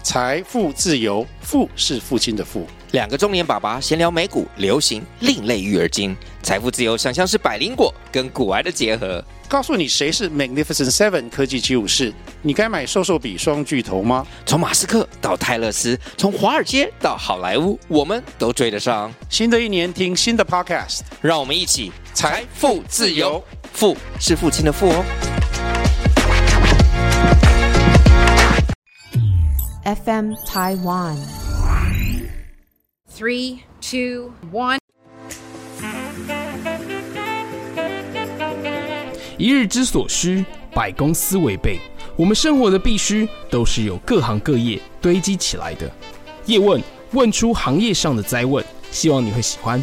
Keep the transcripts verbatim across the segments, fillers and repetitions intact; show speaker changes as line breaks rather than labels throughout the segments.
财富自由，富是父亲的富。
两个中年爸爸闲聊美股、流行、另类育儿经。财富自由想象是百灵果跟股癌的结合。
告诉你谁是 Magnificent Seven 科技七武士，你该买瘦瘦比双巨头吗？
从马斯克到泰勒斯，从华尔街到好莱坞，我们都追得上。
新的一年听新的 Podcast，
让我们一起
财富自由，
富是父亲的富哦。
F M Taiwan
Three, two, one.
一日之所需，百公司为备。我们生活的必须，都是由各行各业堆积起来的。叶问问出行业上的灾问，希望你会喜欢。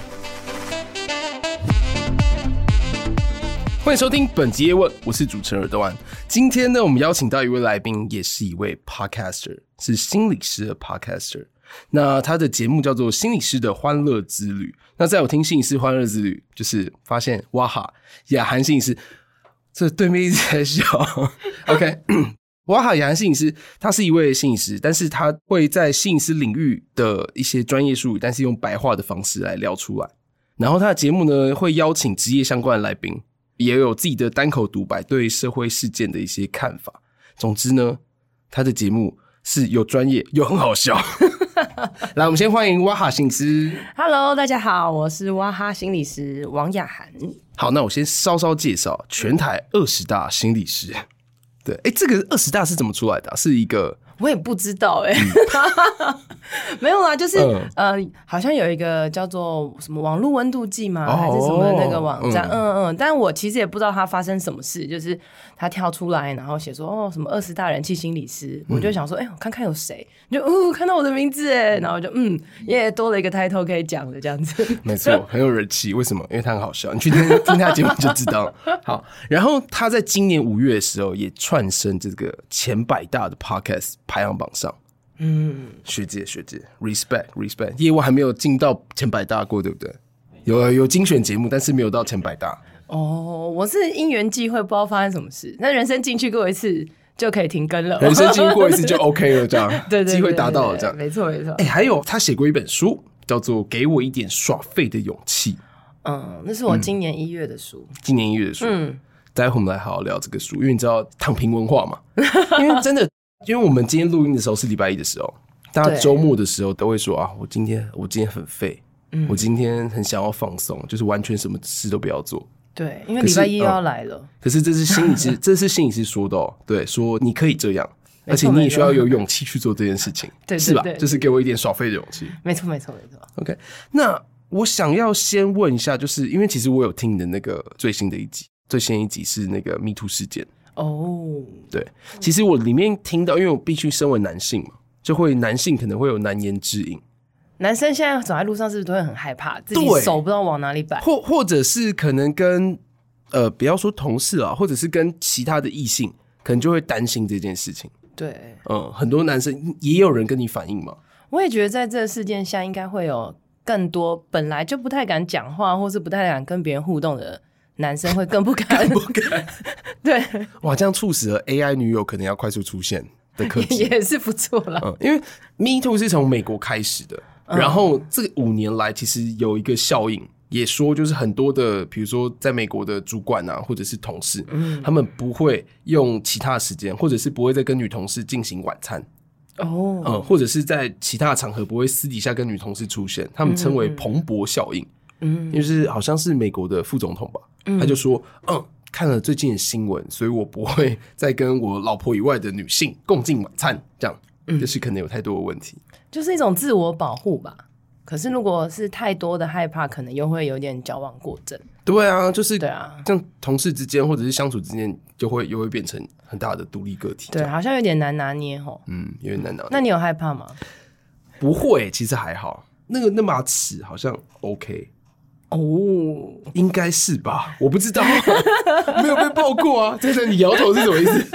欢迎收听本集叶问，我是主持人耳朵安。今天呢，我们邀请到一位来宾，也是一位 podcaster， 是心理师的 podcaster。那他的节目叫做《心理师的欢乐之旅》。那在我听心理师欢乐之旅，就是发现哇哈雅涵心理师，这对面一直在笑。OK， 哇哈雅涵心理师，他是一位心理师，但是他会在心理师领域的一些专业术语，但是用白话的方式来聊出来。然后他的节目呢，会邀请职业相关的来宾，也有自己的单口独白，对社会事件的一些看法。总之呢，他的节目是有专业又很好笑。来，我们先欢迎哇哈心理师。
Hello， 大家好，我是哇哈心理师王雅涵。
好，那我先稍稍介绍全台二十大心理师。对，哎，这个二十大是怎么出来的、啊？是一个
我也不知道哎、欸，没有啦，就是、嗯、呃，好像有一个叫做什么网络温度计嘛、哦，还是什么那个网站，嗯 嗯, 嗯，但我其实也不知道它发生什么事，就是他跳出来，然后写说哦什么二十大人气心理师，嗯、我就想说，哎、欸，我看看有谁，就哦看到我的名字哎，然后就嗯也多了一个 title 可以讲的这样子，
没错，很有人气。为什么？因为他很好笑，你去听听他节目就知道。好，然后他在今年五月的时候也窜升这个前百大的 podcast。排行榜上，嗯，学姐学姐 ，respect respect， 业务还没有进到前百大过，对不对？有有精选节目，但是没有到前百大。
哦，我是因缘际会，不知道发生什么事，那人生进去过一次就可以停更了，
人生进过一次就 OK 了，这样，
对对对，
机会达到了，这样，
没错没错。
哎、欸，还有他写过一本书，叫做《给我一点耍废的勇气》。
嗯，那是我今年一月的书、
嗯，今年一月的书。嗯，待会我们来好好聊这个书，因为你知道躺平文化嘛，因为真的。因为我们今天录音的时候是礼拜一的时候，大家周末的时候都会说啊，我今天我今天很废、嗯，我今天很想要放松，就是完全什么事都不要做。
对，因为礼拜一又要来了。嗯、
可是这是心理师，这是心理师说的哦，对，说你可以这样，而且你也需要有勇气去做这件事情，
对，
是吧？就是给我一点耍废的勇气。
没错，没错，没错。
OK， 那我想要先问一下，就是因为其实我有听你的那个最新的一集，最新一集是那个 Me Too 事件。
哦、oh ，
对，其实我里面听到，因为我必须身为男性嘛，就会男性可能会有难言之隐。
男生现在走在路上是不是都会很害怕，自己手不知道往哪里摆，
或或者是可能跟呃，不要说同事啊，或者是跟其他的异性，可能就会担心这件事情。
对，
嗯，很多男生也有人跟你反映嘛。
我也觉得在这个事件下，应该会有更多本来就不太敢讲话，或是不太敢跟别人互动的男生会更不敢，
更不敢。
对，
哇，这样促使了 A I 女友可能要快速出现的科技，
也是不错啦。
嗯，因为 Me Too 是从美国开始的，嗯、然后这五年来其实有一个效应，也说就是很多的，比如说在美国的主管啊，或者是同事，嗯、他们不会用其他的时间，或者是不会再跟女同事进行晚餐。哦，嗯，或者是在其他的场合不会私底下跟女同事出现，他们称为彭博效应。嗯，就是好像是美国的副总统吧。他就说嗯，看了最近的新闻，所以我不会再跟我老婆以外的女性共进晚餐，这样、嗯、就是可能有太多的问题，
就是一种自我保护吧。可是如果是太多的害怕，可能又会有点矫枉过正。
对啊，就是
对啊，
像同事之间或者是相处之间，就会又会变成很大的独立个体。
对，好像有点难拿捏齁。
嗯，有点难拿捏。
那你有害怕吗？
不会，其实还好。那个那把尺好像 OK。哦，应该是吧，我不知道，没有被爆过啊。真的，你摇头是什么意思？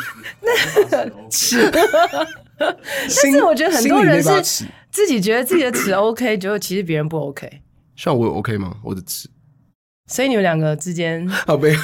尺，
但是我觉得很多人是自己觉得自己的尺 OK， 结果其实别人不 OK。
像我有 OK 吗？我的尺
所以你们两个之间
好没有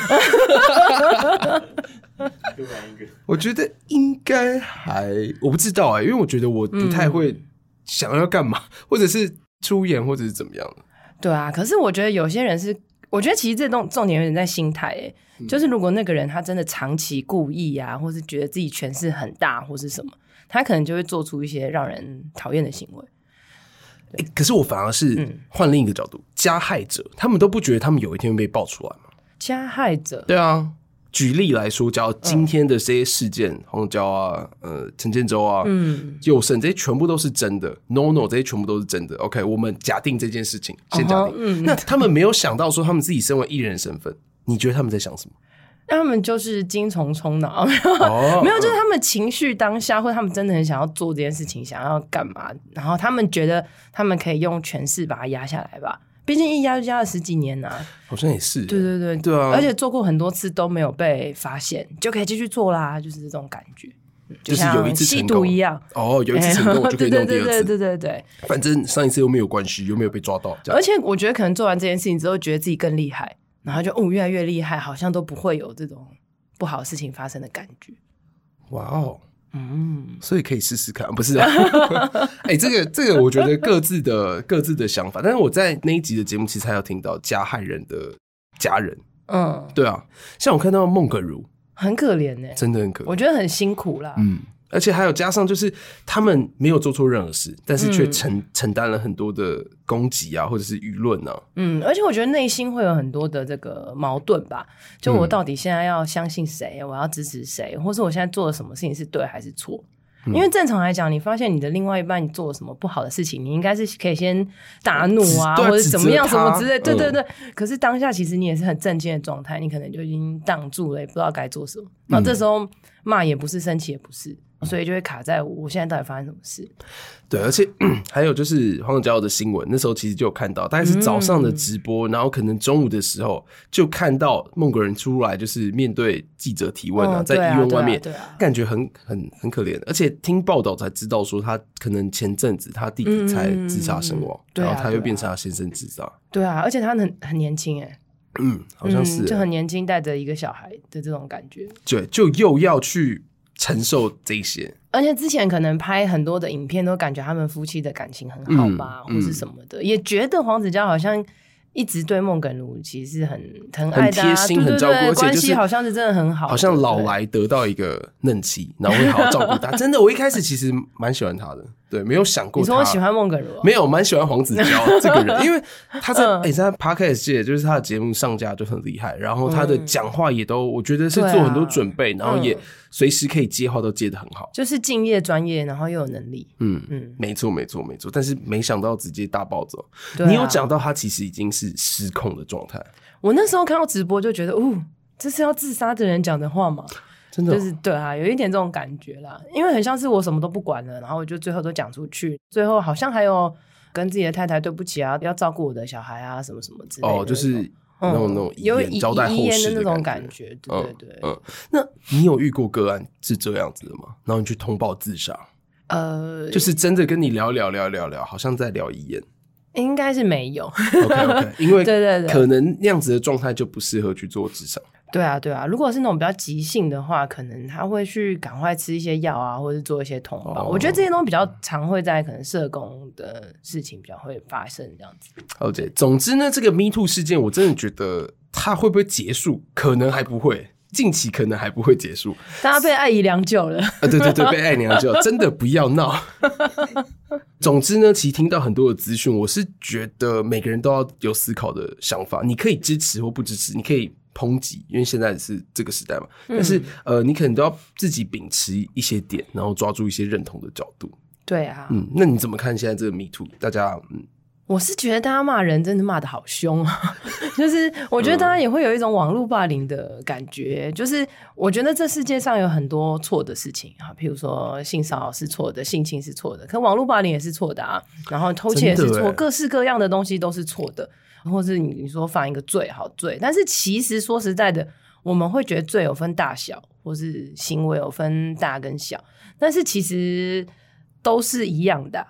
我觉得应该还我不知道哎、欸，因为我觉得我不太会想要干嘛、嗯、或者是出演或者是怎么样的。
对啊，可是我觉得有些人是我觉得其实这重重点有点在心态哎、嗯，就是如果那个人他真的长期故意啊，或是觉得自己权势很大或是什么，他可能就会做出一些让人讨厌的行为。
欸、可是我反而是换另一个角度、嗯，加害者他们都不觉得他们有一天会被爆出来吗？
加害者，
对啊。举例来说，假如今天的这些事件，黄子佼啊、呃陈建州啊、嗯，佑胜这些全部都是真的 ，no no 这些全部都是真的。OK， 我们假定这件事情，先假定。Uh-huh, 嗯、那他们没有想到说，他们自己身为艺人的身份，你觉得他们在想什么？
他们就是精虫充脑，哦、没有，就是他们情绪当下，或者他们真的很想要做这件事情，想要干嘛，然后他们觉得他们可以用权势把它压下来吧。毕竟一压就压了十几年啊，
好像也是。
对对对
对啊，
而且做过很多次都没有被发现，就可以继续做啦，就是这种感觉，
就像有一次
吸毒一样。
哦，有一次成功，我就可以弄第二次。
对对对对对对，
反正上一次又没有关系，又没有被抓到。
而且我觉得可能做完这件事情之后，觉得自己更厉害，然后就哦越来越厉害，好像都不会有这种不好的事情发生的感觉。
哇哦。嗯，所以可以试试看，不是啊？哎、欸，这个这个，我觉得各自的各自的想法。但是我在那一集的节目，其实还有听到加害人的家人，嗯，对啊，像我看到孟耿如，
很可怜呢、欸，
真的很可怜，
我觉得很辛苦啦，
嗯。而且还有加上，就是他们没有做错任何事，但是却承、嗯、承担了很多的攻击啊，或者是舆论啊。嗯，
而且我觉得内心会有很多的这个矛盾吧。就我到底现在要相信谁、嗯，我要支持谁，或是我现在做的什么事情是对还是错？因为正常来讲，你发现你的另外一半你做了什么不好的事情，你应该是可以先大怒啊，或者怎么样什么之类。对对对、嗯。可是当下其实你也是很震惊的状态，你可能就已经挡住了，也不知道该做什么。然后这时候骂也不是，生气也不是。所以就会卡在我现在到底发生什么事。
对，而且还有就是黄子佼的新闻，那时候其实就有看到，大概是早上的直播、嗯、然后可能中午的时候就看到孟耿如出来，就是面对记者提问啊、嗯、在医院外面、
对啊对啊、
感觉很很很可怜，而且听报道才知道说他可能前阵子他弟弟才自杀身亡、嗯、然后他又变成他先生自杀。
对啊，而且他很很年轻耶，
嗯，好像是、嗯、
就很年轻带着一个小孩的这种感觉。
对，就又要去承受这些，
而且之前可能拍很多的影片都感觉他们夫妻的感情很好吧、嗯、或是什么的、嗯、也觉得黄子佼好像一直对孟耿如其实是很疼爱的、啊、
很贴心很照顾，而且
关系好像是真的很好，
好像老来得到一个嫩妻，然后会好好照顾他真的我一开始其实蛮喜欢他的，对，没有想过他。
你说我喜欢孟耿如、哦、
没有，蛮喜欢黄子佼这个人因为他在、嗯欸、在 Podcast 界就是他的节目上架就很厉害，然后他的讲话也都我觉得是做很多准备、嗯、然后也随时可以接话都接得很好，
就是敬业专业，然后又有能力。
嗯嗯，没错没错没错，但是没想到直接大暴走、啊、你有讲到他其实已经是失控的状态。
我那时候看到直播就觉得哦，这是要自杀的人讲的话吗？
真的、哦、
就是对啊，有一点这种感觉啦，因为很像是我什么都不管了，然后我就最后都讲出去，最后好像还有跟自己的太太对不起啊，要照顾我的小孩啊什么什么之类的。
哦，就是那种、嗯、那种
有
遗交代后事
的那种感觉，对对对。
嗯，嗯那你有遇过个案是这样子的吗？然后你去通报自杀？呃，就是真的跟你聊聊聊聊聊，好像在聊遗言。
应该是没有。
OK OK， 因为
对对对，
可能那样子的状态就不适合去做自杀。
对啊，对啊，如果是那种比较急性的话，可能他会去赶快吃一些药啊，或者是做一些通报、哦。我觉得这些东西比较常会在可能社工的事情比较会发生这样子。
OK， 总之呢，这个 Me Too 事件，我真的觉得它会不会结束，可能还不会，近期可能还不会结束。
大家被爱姨良久了。
啊，对对对，被爱姨良久，真的不要闹。总之呢，其实听到很多的资讯，我是觉得每个人都要有思考的想法。你可以支持或不支持，你可以抨击，因为现在是这个时代嘛。嗯、但是呃，你可能都要自己秉持一些点，然后抓住一些认同的角度。
对啊，
嗯，那你怎么看现在这个 Me Too？ 大家嗯。
我是觉得大家骂人真的骂得好凶啊，就是我觉得大家也会有一种网络霸凌的感觉，就是我觉得这世界上有很多错的事情啊，譬如说性骚扰是错的，性侵是错的，可网络霸凌也是错的啊，然后偷窃也是错，各式各样的东西都是错的，或是你说犯一个罪好罪，但是其实说实在的，我们会觉得罪有分大小，或是行为有分大跟小，但是其实都是一样的啊。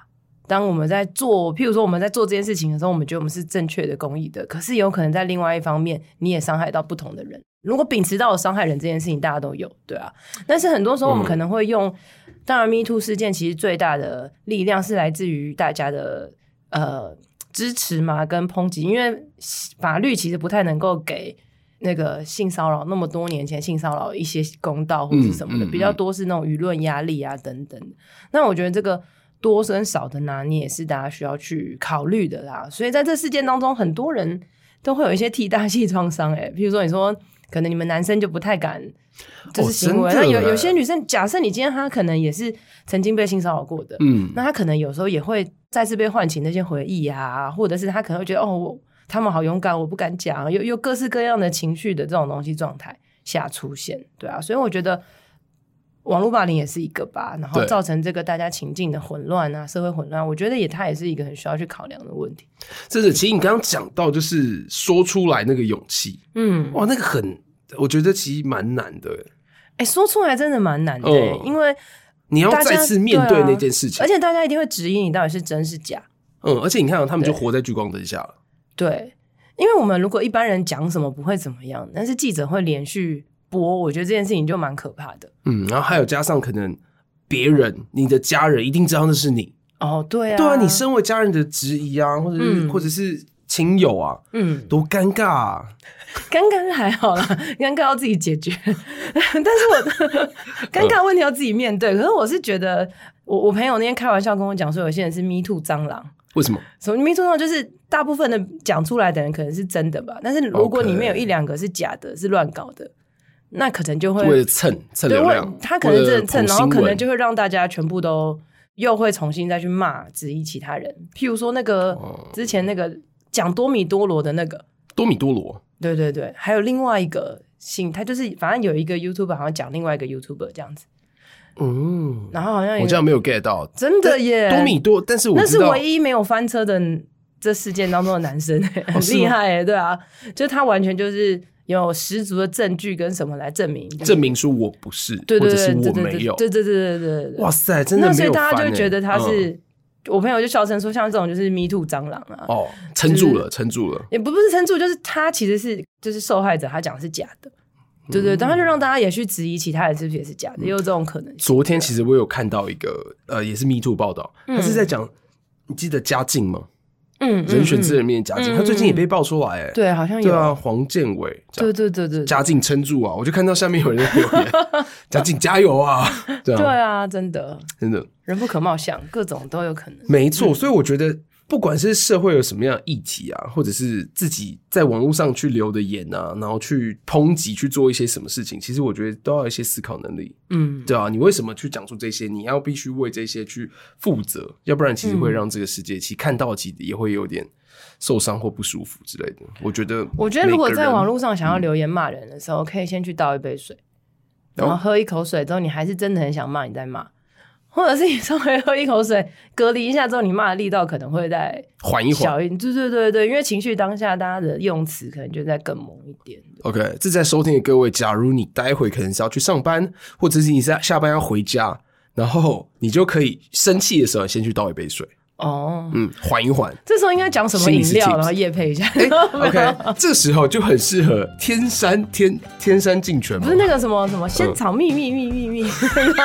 当我们在做，譬如说我们在做这件事情的时候，我们觉得我们是正确的、公益的，可是有可能在另外一方面，你也伤害到不同的人。如果秉持到伤害人这件事情，大家都有，对啊。但是很多时候我们可能会用，嗯、当然 Me Too 事件其实最大的力量是来自于大家的呃支持嘛，跟抨击，因为法律其实不太能够给那个性骚扰那么多年前性骚扰一些公道或是什么的，嗯嗯嗯、比较多是那种舆论压力啊等等。那我觉得这个多跟少的拿捏也是大家需要去考虑的啦。所以在这事件当中，很多人都会有一些替代性创伤，哎，比如说你说可能你们男生就不太敢就是行为，那、哦、有有些女生，假设你今天她可能也是曾经被性骚扰过的，嗯，那她可能有时候也会再次被唤起那些回忆啊，或者是她可能会觉得哦，我他们好勇敢，我不敢讲，有有各式各样的情绪的这种东西状态下出现，对啊，所以我觉得网络霸凌也是一个吧，然后造成这个大家情境的混乱啊，社会混乱，我觉得也它也是一个很需要去考量的问题。
真的，其实你刚刚讲到就是说出来那个勇气，嗯，哇，那个很，我觉得其实蛮难的。
哎、欸，说出来真的蛮难的、欸嗯，因为
你要再次面对那件事情、
啊，而且大家一定会质疑你到底是真是假。
嗯，而且你看，他们就活在聚光灯下了。
对，因为我们如果一般人讲什么不会怎么样，但是记者会连续播，我觉得这件事情就蛮可怕的。
嗯，然后还有加上可能别人，你的家人一定知道那是你。
哦，对啊，
对啊，你身为家人的质疑啊，或者是、嗯、或者是亲友啊，嗯，多尴尬啊。
尴尬还好啦，尴尬要自己解决，但是我的尴尬问题要自己面对。可是我是觉得，我我朋友那天开玩笑跟我讲说，有些人是 Me Too 蟑螂。
为什么？
什么 Me Too 蟑螂？就是大部分的讲出来的人可能是真的吧，但是如果里面有一两个是假的，是乱搞的，那可能就会
为了蹭蹭流量，
他可能真的蹭，然后可能就会让大家全部都又会重新再去骂、质疑其他人。譬如说那个、哦、之前那个讲多米多罗的那个
多米多罗。
对对对，还有另外一个姓，他就是反正有一个 YouTuber 好像讲另外一个 YouTuber 这样子，嗯，然后好像
我这样没有 get 到，
真的耶，
多米多，但是我知道
那是唯一没有翻车的这事件当中的男生，很厉害耶，对啊，就是他完全就是有十足的证据跟什么来证明，
证明说我不是，
对对对，
或者是我没有，
对对对对对对，
哇塞，真的没有翻耶，那所以
大家就觉得他是。嗯，我朋友就笑称说，像这种就是 Me Too 蟑螂啊，
哦，撑住了，撑、就是、住了，
也不不是撑住，就是他其实是就是受害者，他讲的是假的，对对，然后就让大家也去质疑其他人是不是也是假的，嗯、也有这种可能性。
昨天其实我有看到一个呃，也是 Me Too 报道，他是在讲、嗯，你记得嘉靖吗？嗯，人选之人面嘉靖、嗯，他最近也被爆出来，哎、嗯，
对，好像有，
对啊，黄建伟，
对对对对，
嘉靖撑住啊！我就看到下面有人在留言，嘉靖加油啊！对啊，
对啊，真的，
真的，
人不可貌相，各种都有可能。
没错、嗯，所以我觉得，不管是社会有什么样的议题啊，或者是自己在网络上去留的言啊，然后去抨击去做一些什么事情，其实我觉得都要有一些思考能力。嗯，对啊，你为什么去讲出这些？你要必须为这些去负责，要不然其实会让这个世界其实看到其实也会有点受伤或不舒服之类的。我觉得，
我觉得如果在网络上想要留言骂人的时候，嗯、可以先去倒一杯水，然后喝一口水之后，你还是真的很想骂，你再骂。或者是你稍微喝一口水，隔离一下之后，你骂的力道可能会再
缓一缓。
对对对对，因为情绪当下，大家的用词可能就再更猛一点。
OK， 这在收听的各位，假如你待会可能是要去上班，或者是你是下班要回家，然后你就可以生气的时候，先去倒一杯水。哦，嗯，缓一缓。
这时候应该讲什么饮料，然后业配一下。
欸、OK， 这时候就很适合天山天天山净泉嘛，
不是那个什么什么仙草蜜蜜蜜蜜蜜。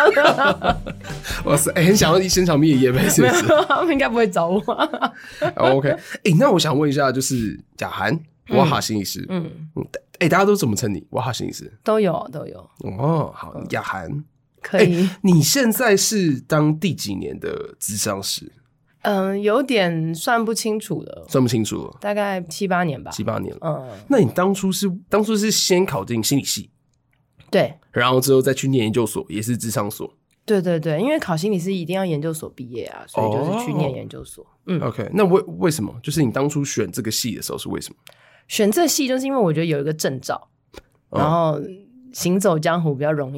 哇塞，欸、很想要仙草蜜的业配，是不是？
他们应该不会找我。
OK， 哎、欸，那我想问一下，就是雅涵瓦哈心理师，嗯嗯，哎、欸，大家都怎么称你？瓦哈心理师
都有都有。
哦，好，雅涵
可以、
欸。你现在是当第几年的諮商師？
嗯，有点算不清楚了，
算不清楚了，
大概七八年吧，
七八年了。嗯，那你当初是当初是先考进心理系，
对，
然后之后再去念研究所，也是諮商所。
对对对，因为考心理师一定要研究所毕业啊，所以就是去念研究所。哦、
嗯 ，OK， 那为为什么？就是你当初选这个系的时候是为什么？
选这个系就是因为我觉得有一个证照，然后行走江湖比较容易。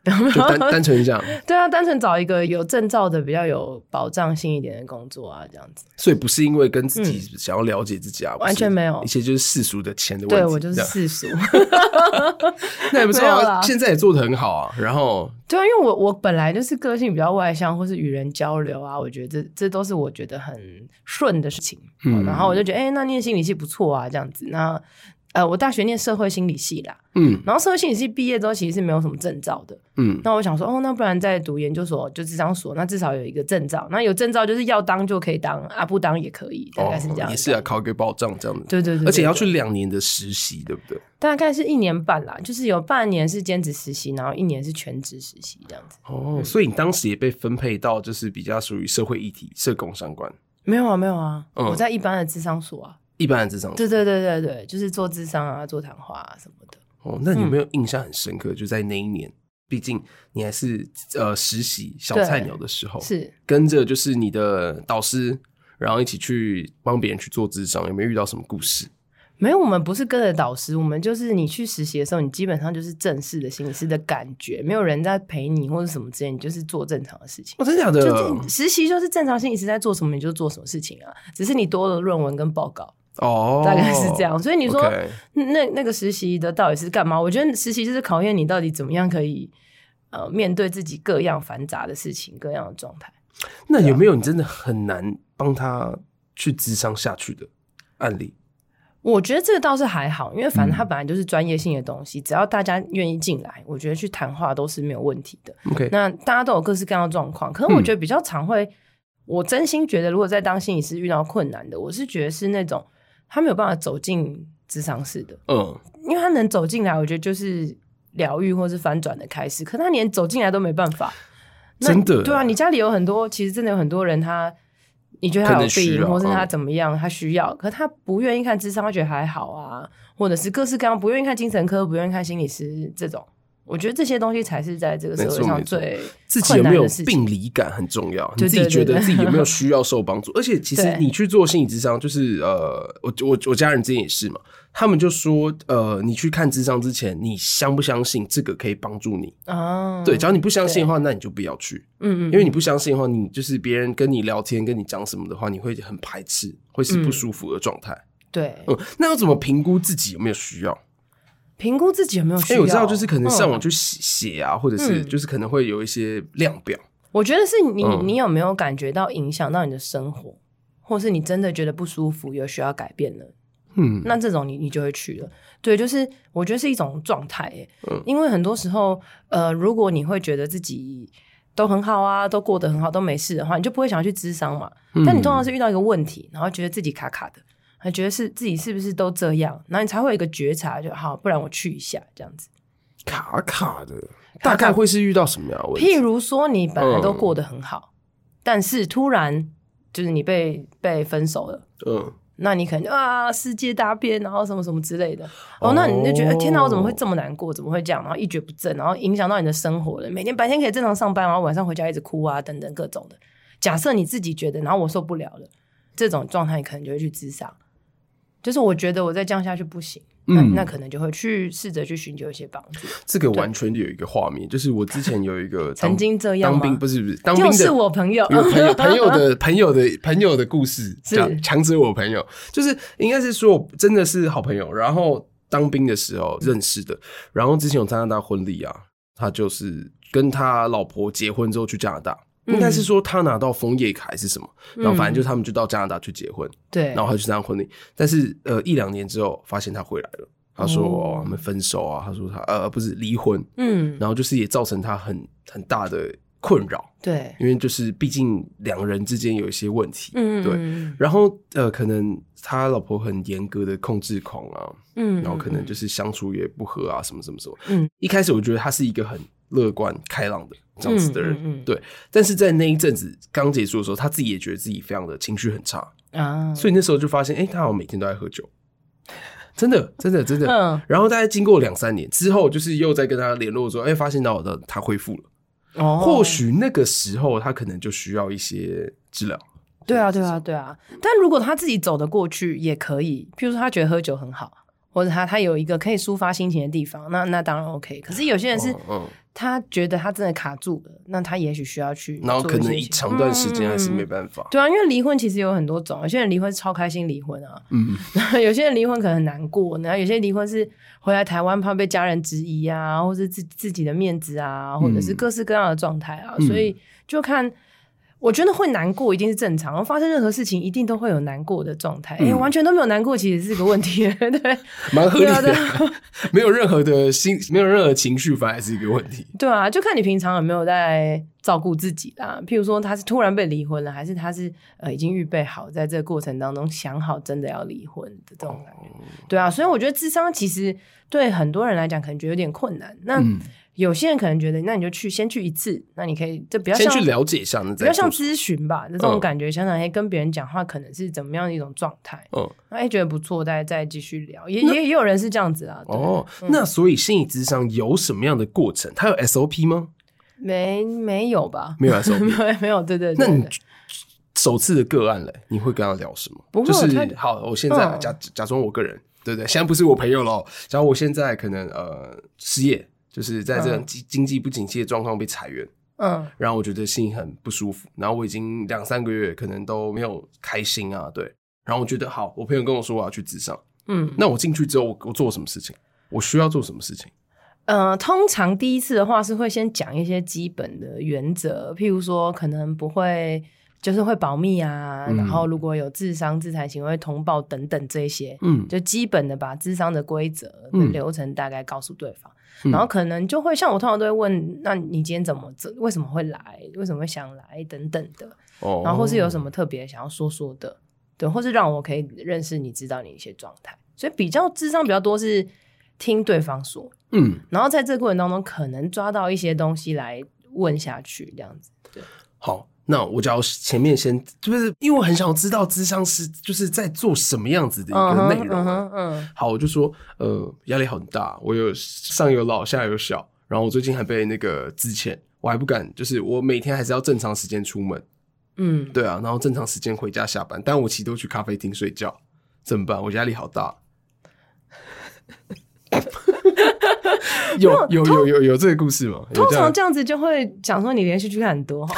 就单单纯这样。
对啊，单纯找一个有证照的比较有保障性一点的工作啊，这样子。
所以不是因为跟自己想要了解自己啊，
嗯、完全没有，
一切就是世俗的钱的问题。
对我就是世俗，
那也不错啊，现在也做得很好啊。然后
对啊，因为我我本来就是个性比较外向，或是与人交流啊，我觉得这这都是我觉得很顺的事情。嗯，然后我就觉得，哎、欸，那念心理系不错啊，这样子。那呃，我大学念社会心理系啦，嗯，然后社会心理系毕业之后其实是没有什么证照的，嗯，那我想说，哦，那不然再读研究所，就智商所，那至少有一个证照，那有证照就是要当就可以当，啊，不当也可以，大概是这样、
哦，也是要考个保障这样子，
对对 对, 对, 对，
而且要去两年的实习，对不对？
大概是一年半啦，就是有半年是兼职实习，然后一年是全职实习这样子。
哦，嗯、所以你当时也被分配到就是比较属于社会议题、社工相关？
没有啊，没有啊，嗯、我在一般的智商所啊。
一般的智商所，
对对对对对，就是做智商啊，做谈话啊什么的。
哦，那你有没有印象很深刻？嗯、就在那一年，毕竟你还是呃实习小菜鸟的时候，
是
跟着就是你的导师，然后一起去帮别人去做智商，有没有遇到什么故事？
没有，我们不是跟着导师，我们就是你去实习的时候，你基本上就是正式的心理师的感觉，没有人在陪你或者什么之类，你就是做正常的事情。
哦，真的假的？
就实习就是正常心理师在做什么，你就做什么事情啊，只是你多了论文跟报告。
哦，
大概是这样，所以你说、
okay.
那那个实习的到底是干嘛？我觉得实习就是考验你到底怎么样可以呃面对自己各样繁杂的事情、各样的状态。
那有没有你真的很难帮他去諮商下去的案例？
我觉得这个倒是还好，因为反正它本来就是专业性的东西，嗯、只要大家愿意进来，我觉得去谈话都是没有问题的。
Okay.
那大家都有各式各样的状况，可是我觉得比较常会，嗯、我真心觉得，如果在当心理师遇到困难的，我是觉得是那种。他没有办法走进諮商室的，嗯，因为他能走进来，我觉得就是疗愈或是翻转的开始。可他连走进来都没办法，
真的，
对啊，你家里有很多，其实真的有很多人他，你觉得他有病，或是他怎么样，嗯、他需要，可他不愿意看諮商，他觉得还好啊，或者是各式各样不愿意看精神科，不愿意看心理师这种。我觉得这些东西才是在这个社会上最
自己有没有病理感很重要，你自己觉得自己有没有需要受帮助。而且其实你去做心理諮商，就是呃，我我我家人之前也是嘛，他们就说呃，你去看諮商之前，你相不相信这个可以帮助你？哦，对，只要你不相信的话，那你就不要去。嗯嗯，因为你不相信的话，你就是别人跟你聊天、跟你讲什么的话，你会很排斥，会是不舒服的状态。嗯、
对，
嗯，那要怎么评估自己有没有需要？
评估自己有没有需要？
哎、欸，我知道，就是可能上网去写啊，嗯、或者是就是可能会有一些量表。
我觉得是你，嗯、你有没有感觉到影响到你的生活，或是你真的觉得不舒服，有需要改变了，嗯，那这种你你就会去了。对，就是我觉得是一种状态，嗯，因为很多时候，呃，如果你会觉得自己都很好啊，都过得很好，都没事的话，你就不会想要去諮商嘛。嗯、但你通常是遇到一个问题，然后觉得自己卡卡的。还觉得是自己是不是都这样，然后你才会有一个觉察，就好，不然我去一下这样子。
卡卡的，大概会是遇到什么样的问题？
譬如说，你本来都过得很好，嗯、但是突然就是你被被分手了，嗯，那你可能啊世界大变，然后什么什么之类的，哦，那你就觉得天哪，我怎么会这么难过？怎么会这样？然后一蹶不振，然后影响到你的生活了。每天白天可以正常上班，然后晚上回家一直哭啊，等等各种的。假设你自己觉得，然后我受不了了，这种状态，你可能就会去諮商。就是我觉得我再这样下去不行，嗯、那, 那可能就会去试着去寻求一些帮助。
这个完全有一个画面，就是我之前有一个
曾经这样吗？
当兵不是不是当兵的，
就是我朋友，
有朋友朋友的朋友的朋友的故事，讲强者我朋友，就是应该是说真的是好朋友，然后当兵的时候认识的，然后之前有参加他婚礼啊，他就是跟他老婆结婚之后去加拿大。应该是说他拿到枫叶卡还是什么，嗯、然后反正就他们就到加拿大去结婚，
对，
然后他去参加婚礼，但是呃一两年之后发现他回来了，他说哦他们分手啊，他说他呃不是离婚，嗯，然后就是也造成他很很大的困扰，
对，
因为就是毕竟两人之间有一些问题，嗯，对，然后呃可能他老婆很严格的控制狂啊，嗯，然后可能就是相处也不合啊，什么什么什么，嗯，一开始我觉得他是一个很乐观开朗的这样子的人，嗯嗯嗯对，但是在那一阵子刚结束的时候，他自己也觉得自己非常的情绪很差啊，所以那时候就发现，哎、欸，他好像每天都在喝酒，真的，真的，真的。嗯，然后大概经过两三年之后，就是又在跟他联络说，哎、欸，发现到的他恢复了，哦，或许那个时候他可能就需要一些治疗。
对啊，对啊，对啊。但如果他自己走得过去，也可以，譬如说他觉得喝酒很好。或者他他有一个可以抒发心情的地方，那那当然 OK。可是有些人是他觉得他真的卡住了，那他也许需要去做一些，
然后可能一长段时间还是没办法、
嗯。对啊，因为离婚其实有很多种，有些人离婚是超开心离婚啊，嗯，有些人离婚可能很难过，然后有些离婚是回来台湾怕被家人质疑啊，或是自自己的面子啊，或者是各式各样的状态啊、嗯，所以就看。我觉得会难过一定是正常，然后发生任何事情一定都会有难过的状态。哎、嗯欸，完全都没有难过，其实是个问题，对，
蛮合理的。没有任何的心，没有任何情绪，反而是一个问题。
对啊，就看你平常有没有在照顾自己啦。譬如说，他是突然被离婚了，还是他是呃已经预备好，在这个过程当中想好真的要离婚的这种感觉。哦、对啊，所以我觉得諮商其实对很多人来讲，可能觉得有点困难。那、嗯有些人可能觉得，那你就去先去一次，那你可以就比较像
先去了解一下，
比较像咨询吧，这种感觉，想想哎，跟别人讲话可能是怎么样的一种状态，嗯，哎，觉得不错，再再继续聊，也也也有人是这样子啊。
哦、嗯，那所以心理咨商有什么样的过程？它有 S O P 吗？
没没有吧？
没有 S O P，
没有没有，对对对。
那你首次的个案嘞，你会跟他聊什么？
不会
就是好，我现在假、嗯、假装我个人，对不对？现在不是我朋友咯，假如我现在可能呃失业。就是在这种经济不景气的状况被裁员，嗯，然后我觉得心里很不舒服，然后我已经两三个月可能都没有开心啊，对，然后我觉得好，我朋友跟我说我要去諮商，嗯，那我进去之后我我做什么事情？我需要做什么事情？
呃，通常第一次的话是会先讲一些基本的原则，譬如说可能不会。就是会保密啊、嗯，然后如果有諮商、自残行为通报等等这些，嗯，就基本的把諮商的规则跟流程大概告诉对方、嗯，然后可能就会像我通常都会问，那你今天怎么为什么会来，为什么会想来等等的，哦，然后或是有什么特别想要说说的，对，或是让我可以认识你，知道你一些状态，所以比较諮商比较多是听对方说，嗯，然后在这个过程当中可能抓到一些东西来问下去，这样子，对，
好。那我就要前面先，就是因为我很想要知道諮商师就是在做什么样子的一个内容、啊。嗯, 嗯好，我就说，呃，压力很大，我有上有老下有小，然后我最近还被那个资遣，我还不敢，就是我每天还是要正常时间出门，嗯，对啊，然后正常时间回家下班，但我其实都去咖啡厅睡觉，怎么办？我压力好大。有有有有有这个故事吗？
通常这样子就会讲说你连续剧看很多，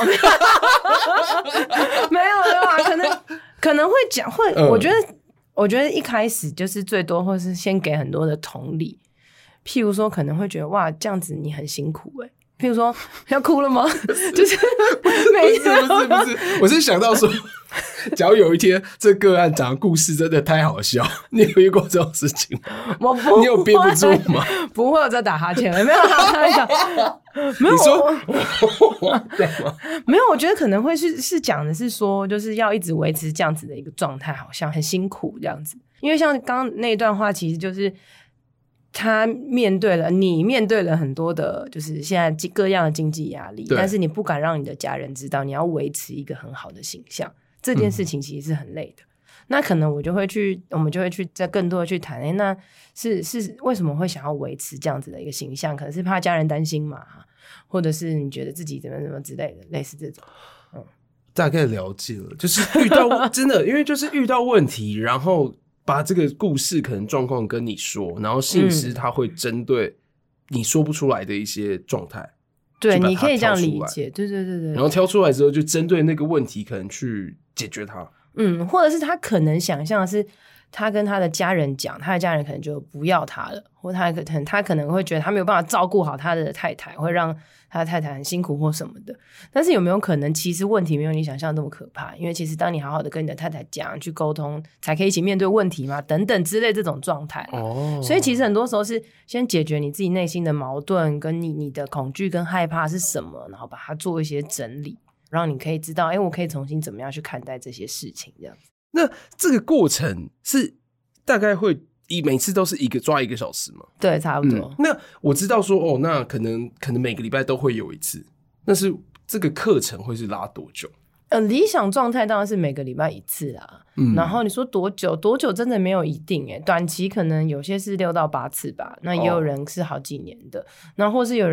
没有的吧？可能可能会讲会、嗯，我觉得我觉得一开始就是最多或是先给很多的同理，譬如说可能会觉得哇这样子你很辛苦哎、欸，譬如说要哭了吗？就是没
不是不是不是，我是想到说。假如有一天这个案讲的故事真的太好笑，你有遇过这种事情吗？
我不会，
你有憋不住吗？
不会，我在打哈欠了，没有开玩笑。没有，
你说
没有，我觉得可能会是是讲的是说，就是要一直维持这样子的一个状态，好像很辛苦这样子。因为像刚刚那一段话，其实就是他面对了，你面对了很多的，就是现在各样的经济压力，但是你不敢让你的家人知道，你要维持一个很好的形象。这件事情其实是很累的、嗯、那可能我就会去我们就会去再更多的去谈、欸、那是是为什么会想要维持这样子的一个形象，可能是怕家人担心嘛，或者是你觉得自己怎么怎么之类的，类似这种、嗯、
大概了解了，就是遇到真的因为就是遇到问题，然后把这个故事可能状况跟你说，然后心理师他会针对你说不出来的一些状态、嗯
对，你可以这样理解，对对对对。
然后挑出来之后，就针对那个问题，可能去解决它。
嗯，或者是他可能想象的是，他跟他的家人讲，他的家人可能就不要他了，或他可能他可能会觉得他没有办法照顾好他的太太，会让他的太太很辛苦或什么的。但是有没有可能，其实问题没有你想象那么可怕？因为其实当你好好的跟你的太太讲，去沟通，才可以一起面对问题嘛，等等之类这种状态。哦，所以其实很多时候是先解决你自己内心的矛盾，跟你你的恐惧跟害怕是什么，然后把它做一些整理，让你可以知道，哎，我可以重新怎么样去看待这些事情，这样子。
那这个过程是大概会一每次都是一个抓一个小时吗？
对，差不多、嗯。
那我知道说哦，那可能可能每个礼拜都会有一次，但是这个课程会是拉多久？
呃，理想状态当然是每个礼拜一次啦。嗯，然后你说多久？多久真的没有一定诶，短期可能有些是六到八次吧，那也有人是好几年的，那、哦、或是有人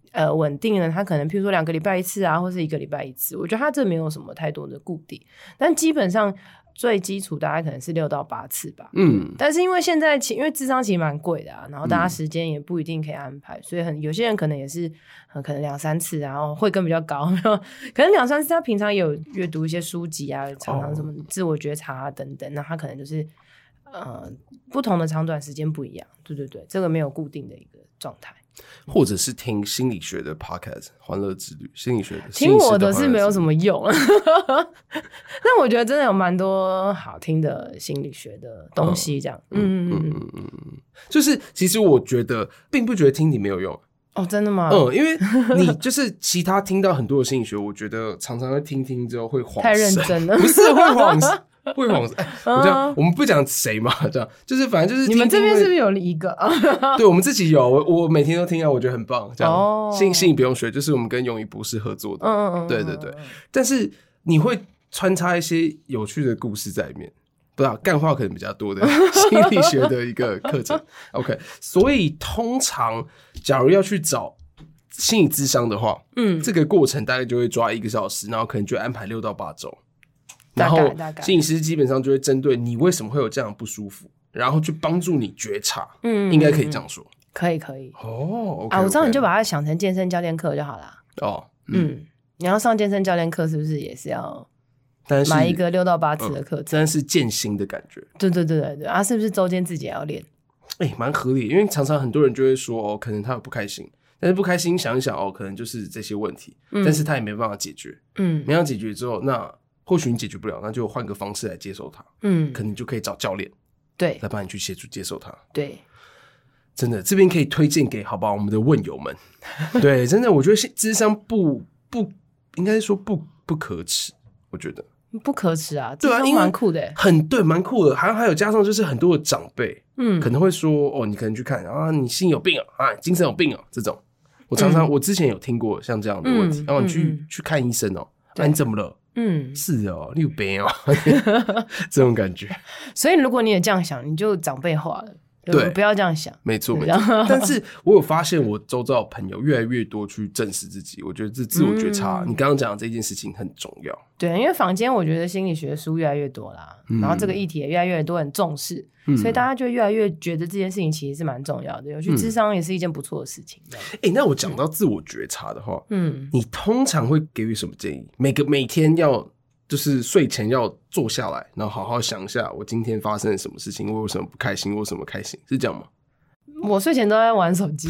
呃稳定的，他可能譬如说两个礼拜一次啊，或是一个礼拜一次，我觉得他这没有什么太多的固定，但基本上最基础大概可能是六到八次吧。嗯，但是因为现在因为諮商其实蛮贵的啊，然后大家时间也不一定可以安排，嗯、所以很有些人可能也是、呃、可能两三次，然后会更比较高，可能两三次他平常有阅读一些书籍啊，常常什么自我觉察啊等等，那他可能就是呃不同的长短时间不一样，对对对，这个没有固定的一个状态。
或者是听心理学的 podcast 欢乐之旅，心理学的
听我的是没有什么用但我觉得真的有蛮多好听的心理学的东西这样。嗯嗯嗯嗯
嗯，就是其实我觉得并不觉得听你没有用
哦，真的吗？
嗯，因为你就是其他听到很多的心理学，我觉得常常会听听之后会晃神，
太认真了，
不是会晃神会晃神、欸、我这样我们不讲谁嘛，这样就是反正就是听听
你们这边是不是有一个
对，我们自己有，我我每天都听啊，我觉得很棒，这样、哦、心心理不用学，就是我们跟永怡博士合作的，嗯嗯对对对，但是你会穿插一些有趣的故事在里面，不知道干话可能比较多的心理学的一个课程OK， 所以通常假如要去找心理咨商的话，嗯，这个过程大概就会抓一个小时，然后可能就安排六到八周，然后心理师基本上就会针对你为什么会有这样的不舒服，然后去帮助你觉察，嗯，应该可以这样说，
可以可以
哦、okay,
啊，我知道，你就把它想成健身教练课就好了哦，嗯, 嗯，你要上健身教练课是不是也是要买一个六到八次的课程？
真的是健心的感觉，
对对对对对啊，是不是周间自己也要练？
哎、欸，蛮合理的，因为常常很多人就会说哦，可能他有不开心。但是不开心想一想哦，可能就是这些问题、嗯、但是他也没办法解决，嗯，没办法解决之后，那或许你解决不了，那就换个方式来接受它，嗯，可能就可以找教练，
对，
来帮你去协助接受它，
对，
真的这边可以推荐给好不好我们的问友们对，真的我觉得諮商不不应该说不不可耻，我觉得
不可耻啊，对啊，蛮酷的，
很对，蛮酷的。还还有加上就是很多的长辈，嗯，可能会说哦，你可能去看啊，你心有病啊，啊，精神有病啊，这种。我常常、嗯、我之前有听过像这样的问题，然后、嗯、你去、嗯、去看医生哦，啊，你怎么了？嗯，是哦，你有病哦，这种感觉。
所以如果你也这样想，你就长辈化了。对，不要这样想，
没错没错。但是我有发现，我周遭的朋友越来越多去正视自己，我觉得这自我觉察，嗯、你刚刚讲的这件事情很重要。
对，因为坊间我觉得心理学书越来越多啦，嗯、然后这个议题也越来越多人重视，嗯、所以大家就越来越觉得这件事情其实是蛮重要的，有去諮商也是一件不错的事情。哎、
嗯欸，那我讲到自我觉察的话，嗯，你通常会给予什么建议？每个每天要。就是睡前要坐下来，然后好好想一下我今天发生了什么事情，我有什么不开心，我有什么开心，是这样吗？
我睡前都在玩手机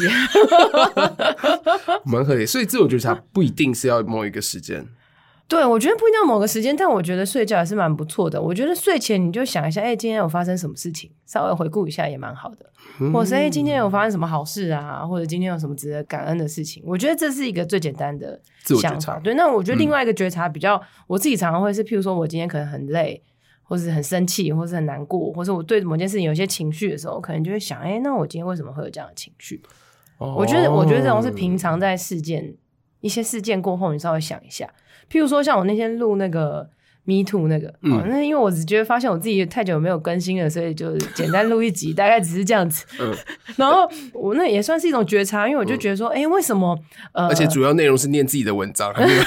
蛮合理，所以自我觉察不一定是要某一个时间。
对，我觉得不一定要某个时间，但我觉得睡觉也是蛮不错的。我觉得睡前你就想一下，哎、欸，今天有发生什么事情，稍微回顾一下也蛮好的。嗯、或者是哎、欸，今天有发生什么好事啊，或者今天有什么值得感恩的事情，我觉得这是一个最简单的
自我觉察。
对，那我觉得另外一个觉察比较，嗯、我自己常常会是，譬如说我今天可能很累，或是很生气，或是很难过，或是我对某件事情有些情绪的时候，我可能就会想，哎、欸，那我今天为什么会有这样的情绪？哦、我觉得，我觉得这种是平常在事件一些事件过后，你稍微想一下。譬如说像我那天录那个 Me Too 那个、嗯哦、那因为我只觉得发现我自己太久没有更新了，所以就简单录一集大概只是这样子、嗯、然后我那也算是一种觉察，因为我就觉得说哎、嗯欸，为什么呃，
而且主要内容是念自己的文章没有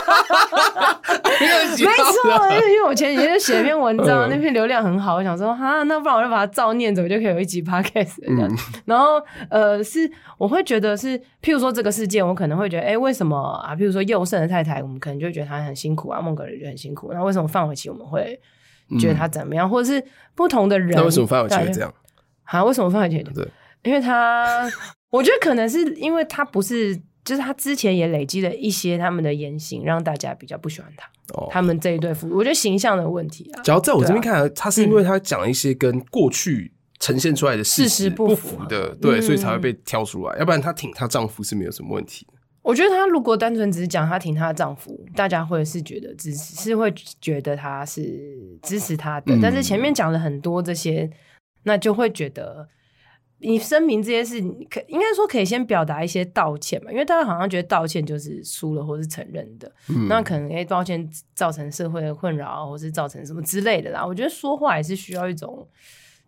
没错，因为我前几天就写一篇文章、嗯、那篇流量很好，我想说哈，那不然我就把它照念着，我就可以有一集 podcast 这样、嗯、然后呃，是我会觉得是譬如说这个事件我可能会觉得哎、欸，为什么啊，譬如说佑胜的太太我们可能就会觉得她很辛苦啊，孟格尔就很辛苦，那为什么范玮琪我们会觉得她怎么样、嗯、或者是不同的人，
那为什么范玮琪会这样
啊？为什么范玮琪对，因为他我觉得可能是因为他不是就是他之前也累积了一些他们的言行，让大家比较不喜欢他。哦、他们这一对夫妇，我觉得形象的问题啊。
只要在我这边看来，他、啊、是因为他讲了一些跟过去呈现出来的事实不符的，对、嗯，所以才会被挑出来。要不然他挺她丈夫是没有什么问题的。
我觉得他如果单纯只是讲他挺她的丈夫，大家会是觉得支持，是会觉得他是支持他的。嗯、但是前面讲了很多这些，那就会觉得。你声明这些事，可应该说可以先表达一些道歉嘛，因为大家好像觉得道歉就是输了或是承认的，嗯、那可能哎、欸，道歉造成社会的困扰，或是造成什么之类的啦。我觉得说话也是需要一种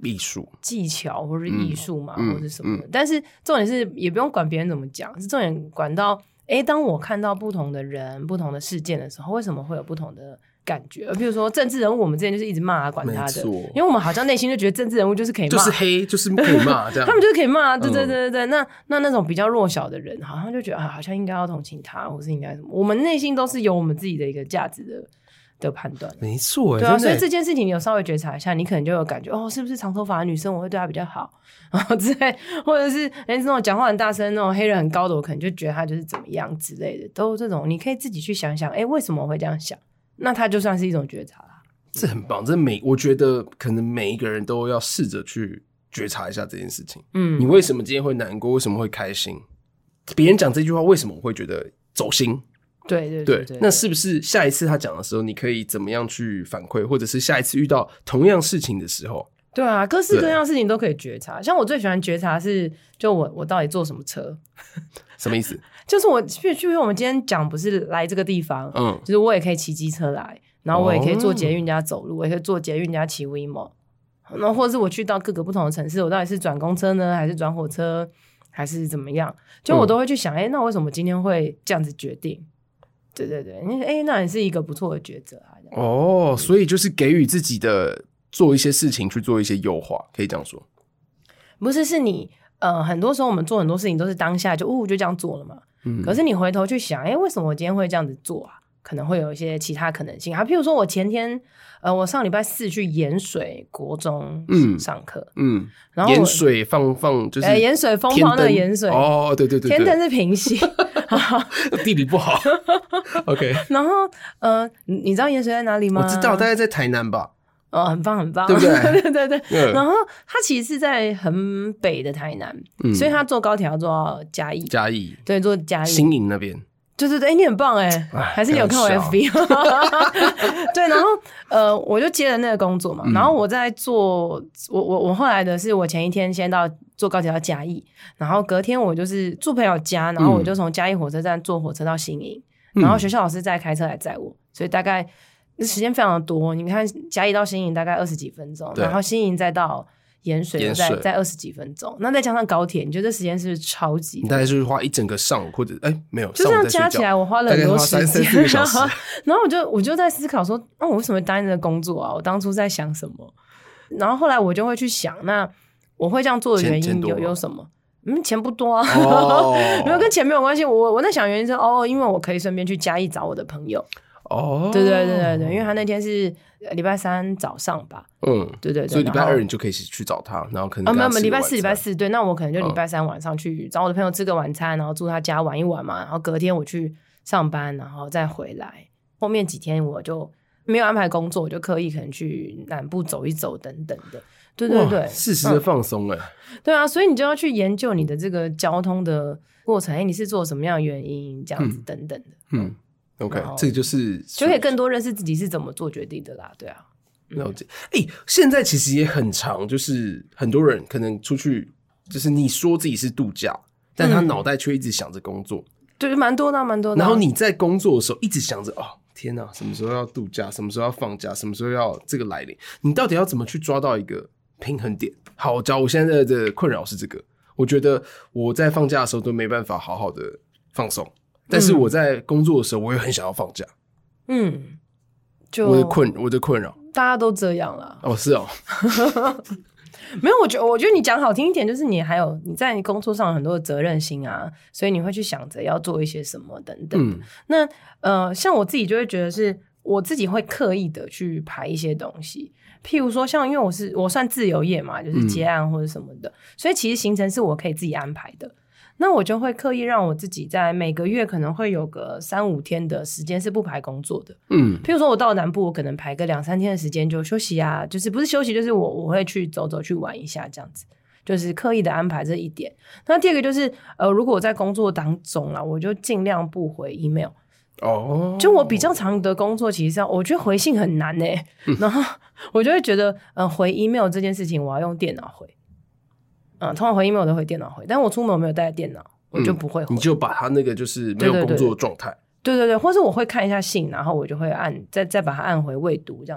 艺术
技巧或是艺术嘛，
嗯、
或者什么的、嗯。但是重点是也不用管别人怎么讲，是重点管到，哎，当我看到不同的人、不同的事件的时候，为什么会有不同的感觉？比如说政治人物，我们之前就是一直骂啊，管他的，因为我们好像内心就觉得政治人物就是可以骂，
就是黑，就是可以骂这样，
他们就是可以骂，对对对对对。嗯、那那那种比较弱小的人，好像就觉得啊，好像应该要同情他，或是应该什么？我们内心都是有我们自己的一个价值的。的判断
没错，
对啊，所以这件事情你有稍微觉察一下，你可能就有感觉哦，是不是长头发的女生我会对她比较好，然后之类，或者是哎那种讲话很大声、那种黑人很高的，我可能就觉得她就是怎么样之类的，都这种你可以自己去想想，哎，为什么我会这样想？那它就算是一种觉察啦。
这很棒，这每我觉得可能每一个人都要试着去觉察一下这件事情。嗯，你为什么今天会难过？为什么会开心？别人讲这句话，为什么我会觉得走心？
对对
对,
对, 对，
那是不是下一次他讲的时候，你可以怎么样去反馈，或者是下一次遇到同样事情的时候？
对啊，各式各样事情都可以觉察。像我最喜欢觉察是，就我我到底坐什么车？
什么意思？
就是我，譬如我们今天讲不是来这个地方，嗯，就是我也可以骑机车来，然后我也可以坐捷运加走路，哦、我也可以坐捷运加骑 WeMo， 然后或者是我去到各个不同的城市，我到底是转公车呢，还是转火车，还是怎么样？就我都会去想，哎、嗯，那为什么今天会这样子决定？对对对，哎，那也是一个不错的抉择啊。
哦，所以就是给予自己的做一些事情去做一些优化，可以这样说。
不是，是你呃，很多时候我们做很多事情都是当下就哦就这样做了嘛。嗯。可是你回头去想，哎，为什么我今天会这样子做啊？可能会有一些其他可能性啊。譬如说我前天呃，我上礼拜四去盐水国中上课，嗯，然后
盐水放放就是
呃盐水风炮那个盐水
哦，对对对，
天灯是平息。
地理不好OK
然后呃你知道盐水在哪里吗？
我知道，大概在台南吧。
哦，很棒很棒，
对不对？
对对对、嗯、然后它其实是在很北的台南、嗯、所以它坐高铁要坐到嘉义，嘉
义
对，坐嘉义
新营那边。
对对对、欸、你很棒哎，还是你有看我 F B 对，然后呃我就接了那个工作嘛、嗯、然后我在做我我我后来的是我前一天先到坐高铁到嘉义，然后隔天我就是住朋友家，然后我就从嘉义火车站坐火车到新营、嗯、然后学校老师再开车来载我，所以大概时间非常的多，你看嘉义到新营大概二十几分钟，然后新营再到盐水再再二十几分钟，那再加上高铁，你觉得这时间是不是超级？
你大概就是花一整个上午，或者哎没有，
就这样加起来我花了很多时间，
然后
然后我就我就在思考说，那、哦、我为什么担任这个工作啊？我当初在想什么？然后后来我就会去想，那我会这样做的原因有有什么？嗯，钱不多啊，哦、没有跟钱没有关系。我我在想原因是哦，因为我可以顺便去嘉义找我的朋友。哦，对对对对对，因为他那天是礼拜三早上吧，嗯，对对对，
所以礼拜二你就可以去找他，然后可能
啊没有没有，礼拜四礼拜四，对，那我可能就礼拜三晚上去找我的朋友吃个晚餐，然后住他家玩一玩嘛，然后隔天我去上班，然后再回来。后面几天我就没有安排工作，我就刻意可能去南部走一走等等的，对对对，
适时的放松哎、
嗯，对啊，所以你就要去研究你的这个交通的过程，哎，你是做什么样的原因，这样子等等的，嗯。嗯
OK， 这个就是
就可以更多认识自己是怎么做决定的啦，对啊。
了解。哎、欸，现在其实也很常，就是很多人可能出去，就是你说自己是度假，但他脑袋却一直想着工作。嗯、
对，蛮多的，蛮多的。
然后你在工作的时候一直想着，哦，天哪，什么时候要度假？什么时候要放假？什么时候要这个来临？你到底要怎么去抓到一个平衡点？好，假如我现在的困扰是这个，我觉得我在放假的时候都没办法好好的放松。但是我在工作的时候，我也很想要放假。嗯，就我的困，我的困扰，
大家都这样啦。
哦，是哦，
没有，我觉得，我觉得你讲好听一点，就是你还有你在你工作上有很多的责任心啊，所以你会去想着要做一些什么等等。嗯，那呃，像我自己就会觉得是，我自己会刻意的去排一些东西，譬如说，像因为我是我算自由业嘛，就是接案或者什么的，嗯、所以其实行程是我可以自己安排的。那我就会刻意让我自己在每个月可能会有个三五天的时间是不排工作的，嗯，譬如说我到南部，我可能排个两三天的时间就休息啊，就是不是休息，就是我我会去走走去玩一下这样子，就是刻意的安排这一点。那第二个就是呃，如果我在工作当中啦，我就尽量不回 email。哦，就我比较长的工作，其实上我觉得回信很难欸，嗯、然后我就会觉得呃，回 email 这件事情我要用电脑回。嗯，通常回 email 我都回电脑回，但我出门我没有带电脑，我就不会回、
嗯、你就把它那个就是没有工作的状态，
对对对，或者我会看一下信，然后我就会按再再把它按回未读这样子，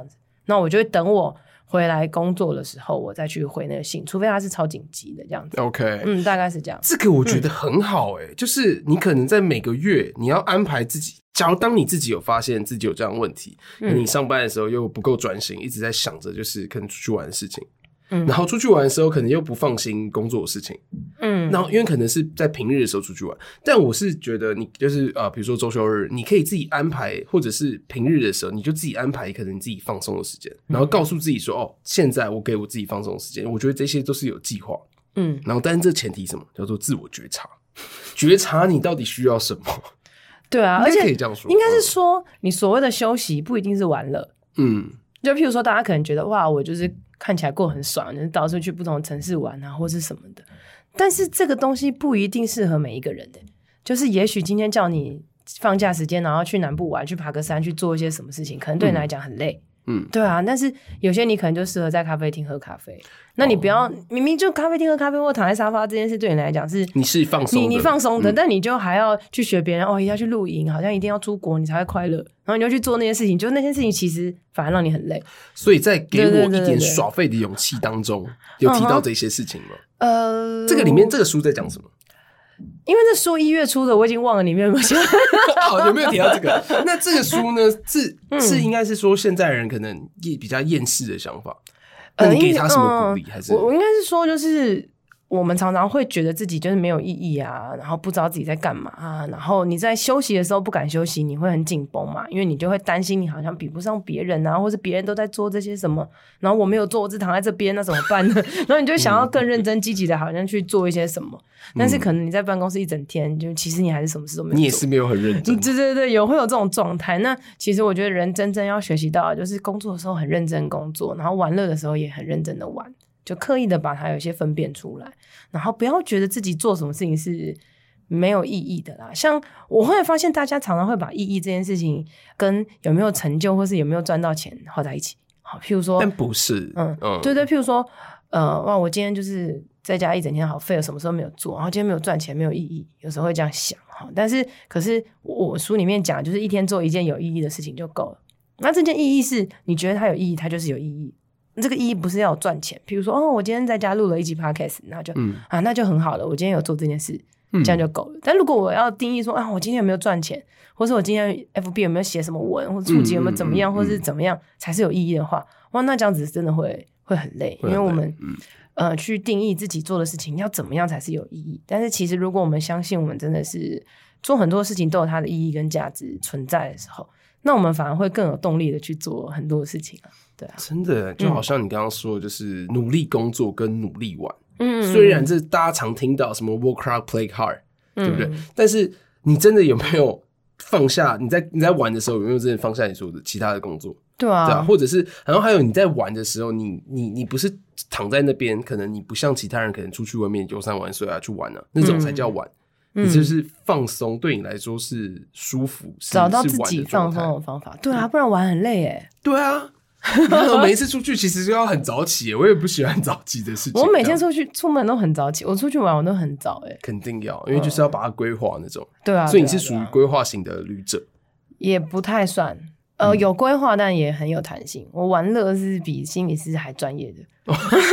那我就会等我回来工作的时候，我再去回那个信，除非它是超紧急的这样子。
OK，
嗯，大概是这样。
这个我觉得很好哎、欸嗯，就是你可能在每个月你要安排自己，假如当你自己有发现自己有这样的问题，嗯、你上班的时候又不够专心，一直在想着就是可能出去玩的事情。嗯，然后出去玩的时候可能又不放心工作的事情，嗯，然后因为可能是在平日的时候出去玩，但我是觉得你就是呃，比如说周休日，你可以自己安排，或者是平日的时候你就自己安排可能你自己放松的时间，然后告诉自己说哦，现在我给我自己放松的时间，我觉得这些都是有计划，嗯，然后但是这前提什么叫做自我觉察，觉察你到底需要什么，
对啊，而且
可以这样说，
应该是说你所谓的休息不一定是玩乐，嗯，就譬如说大家可能觉得哇，我就是看起来过很爽，就是到处去不同的城市玩啊，或是什么的。但是这个东西不一定适合每一个人的，就是也许今天叫你放假时间，然后去南部玩，去爬个山，去做一些什么事情，可能对你来讲很累。嗯，对啊。但是有些你可能就适合在咖啡厅喝咖啡。那你不要、哦、明明就咖啡厅喝咖啡或躺在沙发这件事对你来讲是
你是放松的，
你你放松的、嗯，但你就还要去学别人哦，一定要去露营，好像一定要出国你才会快乐，然后你就去做那些事情，就那些事情其实反而让你很累。
所以在给我一点耍废的勇气当中，對對對對有提到这些事情吗？呃，这个里面这个书在讲什么？
因为这书一月出的，我已经忘了里面有没有写。
好，有没有提到这个？那这个书呢，是、嗯、是应该是说现在人可能比较厌世的想法。那你给他什么鼓励、呃？还是
我我应该是说，就是我们常常会觉得自己就是没有意义啊，然后不知道自己在干嘛啊，然后你在休息的时候不敢休息，你会很紧绷嘛，因为你就会担心你好像比不上别人啊，或是别人都在做这些什么，然后我没有做，我只躺在这边，那怎么办呢？然后你就想要更认真积极的，好像去做一些什么，但是可能你在办公室一整天，就其实你还是什么事都没有做，
你也是没有很认真。
对对对，有会有这种状态。那其实我觉得人真正要学习到的就是工作的时候很认真工作，然后玩乐的时候也很认真的玩。就刻意的把它有些分辨出来，然后不要觉得自己做什么事情是没有意义的啦。像我会发现大家常常会把意义这件事情跟有没有成就或是有没有赚到钱画在一起。好，譬如说，
但不是，嗯嗯，
对对，譬如说，呃，哇，我今天就是在家一整天好废了，什么时候没有做，然后今天没有赚钱，没有意义，有时候会这样想哈。但是，可是我书里面讲，就是一天做一件有意义的事情就够了。那这件意义是你觉得它有意义，它就是有意义。这个意义不是要有赚钱，比如说哦，我今天在家录了一集 podcast， 那就、嗯、啊，那就很好了。我今天有做这件事，这样就够了。嗯、但如果我要定义说啊，我今天有没有赚钱，或是我今天 F B 有没有写什么文，或者触及有没有怎么样，嗯、或是怎么样才是有意义的话，哇，那这样子真的会会很累，因为我们、嗯、呃去定义自己做的事情要怎么样才是有意义。但是其实如果我们相信我们真的是做很多事情都有它的意义跟价值存在的时候，那我们反而会更有动力的去做很多事情啊。对啊，
真的就好像你刚刚说的，就是努力工作跟努力玩。嗯，虽然这大家常听到什么 work hard play hard，、嗯、对不对？但是你真的有没有放下？你在你在玩的时候有没有真的放下你做的其他的工作？
对啊，
对啊，或者是然后还有你在玩的时候，你你你不是躺在那边，可能你不像其他人可能出去外面游山玩水啊去玩啊，那种才叫玩。嗯、你就是放松，对你来说是舒服，
找到自己放松的方法。对啊，不然玩很累耶。
对啊。每一次出去其实就要很早起，我也不喜欢早起的事情。
我每天出去出门都很早起，我出去玩我都很早哎。
肯定要，因为就是要把它规划那种。
对啊，
所以你是属于规划型的旅者，
也不太算。呃，嗯、有规划，但也很有弹性。我玩乐是比心理师还专业的。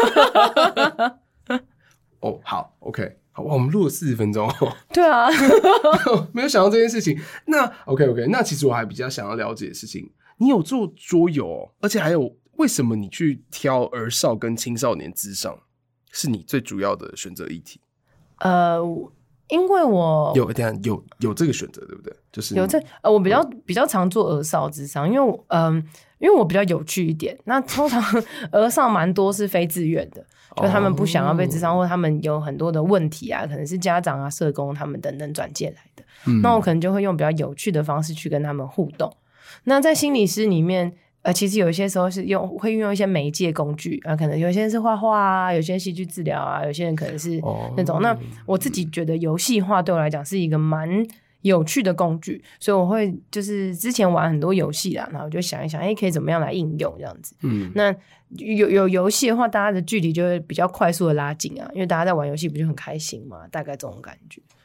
哦，好 ，OK， 好，我们录了四十分钟。
对啊，
没有想到这件事情。那 OK OK， 那其实我还比较想要了解的事情。你有做桌游、哦，而且还有为什么你去挑儿少跟青少年諮商是你最主要的选择议题？
呃，因为我
有等一下有有这个选择，对不对？就是
有这呃，我比较、嗯、比较常做儿少諮商，因为我嗯、呃，因为我比较有趣一点。那通常儿少蛮多是非自愿的，就他们不想要被諮商，或他们有很多的问题啊，可能是家长啊、社工他们等等转介来的、嗯。那我可能就会用比较有趣的方式去跟他们互动。那在心理师里面，呃，其实有一些时候是用会运用一些媒介工具啊，可能有些人是画画啊，有些人戏剧治疗啊，有些人可能是那种。哦、那我自己觉得游戏化对我来讲是一个蛮有趣的工具，所以我会就是之前玩很多游戏啦，然后我就想一想，哎，可以怎么样来应用这样子。嗯，那有有游戏的话，大家的距离就会比较快速的拉近啊，因为大家在玩游戏不就很开心嘛，大概这种感觉。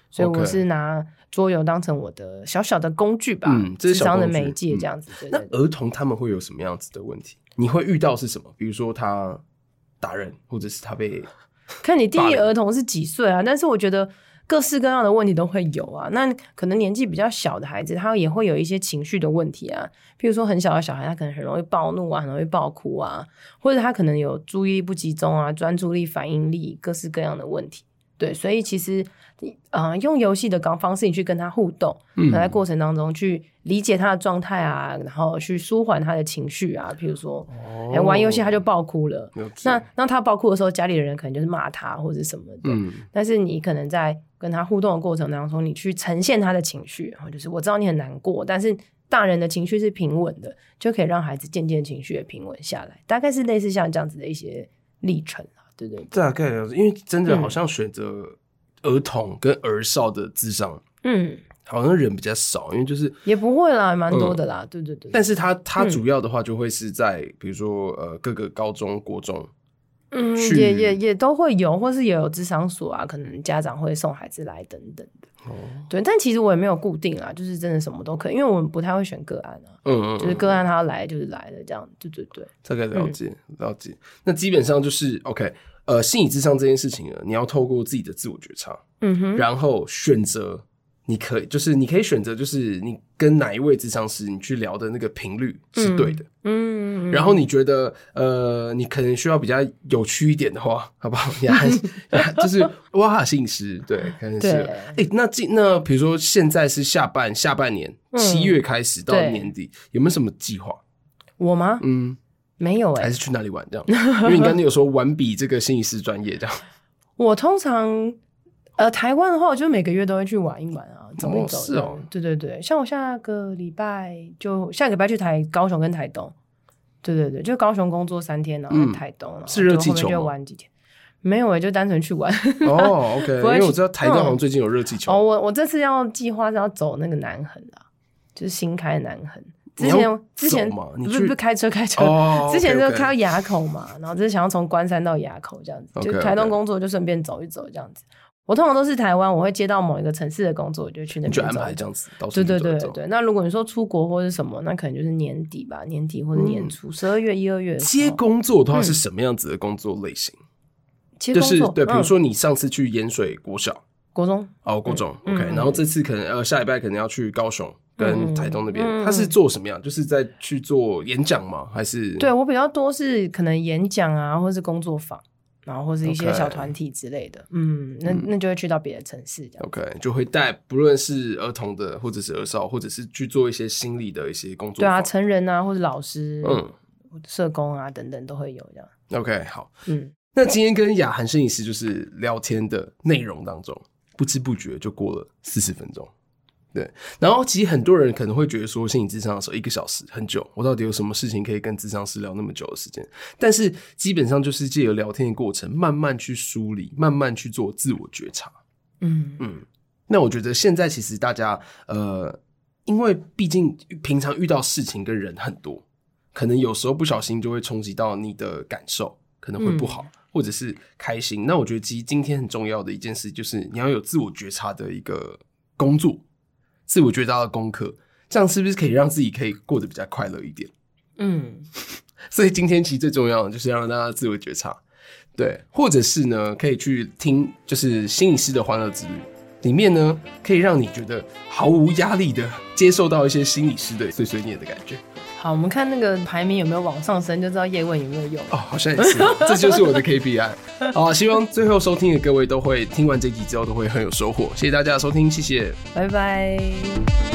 所以我是拿桌游当成我的小小的工具吧，
嗯，这是小工具
智商的媒介这样子。
嗯、对对对，那儿童他们会有什么样子的问题？你会遇到是什么？比如说他打人，或者是他被
看你定义儿童是几岁啊？但是我觉得各式各样的问题都会有啊。那可能年纪比较小的孩子，他也会有一些情绪的问题啊。譬如说很小的小孩，他可能很容易暴怒啊，很容易暴哭啊，或者他可能有注意力不集中啊、专注力、反应力各式各样的问题。对，所以其实呃，用游戏的方式你去跟他互动，嗯，在过程当中去理解他的状态啊，然后去舒缓他的情绪啊。譬如说，哦欸、玩游戏他就爆哭了，那那他爆哭的时候，家里的人可能就是骂他或者什么的。嗯，但是你可能在跟他互动的过程当中，你去呈现他的情绪，然后就是我知道你很难过，但是大人的情绪是平稳的，就可以让孩子渐渐情绪也平稳下来。大概是类似像这样子的一些历程。对对对，
大概了解，因为真的好像选择儿童跟儿少的智商，嗯，好像人比较少，因为就是
也不会啦，蛮多的啦，嗯、对对对。
但是他他主要的话就会是在、嗯、比如说呃各个高中、国中，
嗯，也也也都会有，或是也有智商所啊，可能家长会送孩子来等等的。哦，对，但其实我也没有固定啦，就是真的什么都可以，因为我们不太会选个案啊，嗯嗯，就是个案他要来就是来了这样，对对对，
大概了解、嗯、了解。那基本上就是 OK， 呃，心理智商这件事情呢，你要透过自己的自我觉察，嗯哼，然后选择你可以，就是你可以选择，就是你跟哪一位咨商师你去聊的那个频率是对的，嗯，嗯然后你觉得呃，你可能需要比较有趣一点的话，好不好？你还就是哇哈心理师，对，可能是。哎、欸，那那比如说现在是下半下半年七、嗯、月开始到年底，有没有什么计划？
我吗？嗯，没有哎、欸，
还是去哪里玩这样？因为你刚才有说玩比这个心理师专业这样。
我通常。呃，台湾的话，我就每个月都会去玩一玩啊，走一走。哦，是哦。对对对，像我下个礼拜就下个礼拜去台高雄跟台东，对对对，就高雄工作三天，然后台东，嗯、然后
是热气球吗？
就玩几天。没有诶、欸，就单纯去玩。
哦 ，OK， 因为我知道台东好像最近有热气球。
嗯、哦，我我这次要计划是要走那个南横啦，就是新开的南横。之前之前
你
不是不是开车开车，哦、之前就开到垭口嘛，然后就是想要从关山到垭口这样子， okay, 就台东工作就顺便走一走这样子。我通常都是台湾，我会接到某一个城市的工作，我就去那边走。
就安排这样子，到处
对对对对。那如果你说出国或是什么，那可能就是年底吧，年底或者年初，十二、嗯、月、一二月。
接工作的话是什么样子的工作类型？
接、嗯、工作
就是对，比如说你上次去盐水国小、
国中
哦，国中、嗯、OK，、嗯、然后这次可能呃下礼拜可能要去高雄跟台东那边，嗯、他是做什么样？就是在去做演讲吗？还是？
对我比较多是可能演讲啊，或是工作坊。然后或是一些小团体之类的， okay, 嗯，那那就会去到別的城市这样
，OK， 就会带不论是儿童的，或者是儿少，或者是去做一些心理的一些工作，
对啊，成人啊，或者老师，嗯，社工啊等等都会有这样。
OK， 好，嗯，那今天跟雅涵心理师就是聊天的内容当中，不知不觉就过了四十分钟。对，然后其实很多人可能会觉得说心理咨商的时候一个小时很久，我到底有什么事情可以跟咨商师聊那么久的时间？但是基本上就是借由聊天的过程，慢慢去梳理，慢慢去做自我觉察。嗯嗯，那我觉得现在其实大家呃，因为毕竟平常遇到事情跟人很多，可能有时候不小心就会冲击到你的感受，可能会不好，嗯、或者是开心。那我觉得其实今天很重要的一件事就是你要有自我觉察的一个工作。自我觉察的功课，这样是不是可以让自己可以过得比较快乐一点？嗯，所以今天其实最重要的就是要让大家自我觉察，对，或者是呢，可以去听就是心理师的欢乐之旅，里面呢可以让你觉得毫无压力的接受到一些心理师的碎碎念的感觉。
好，我们看那个排名有没有往上升，就知道叶问有没有用
哦。好像也是，这就是我的 K P I。好，希望最后收听的各位都会听完这集之后都会很有收获。谢谢大家的收听，谢谢，
拜拜。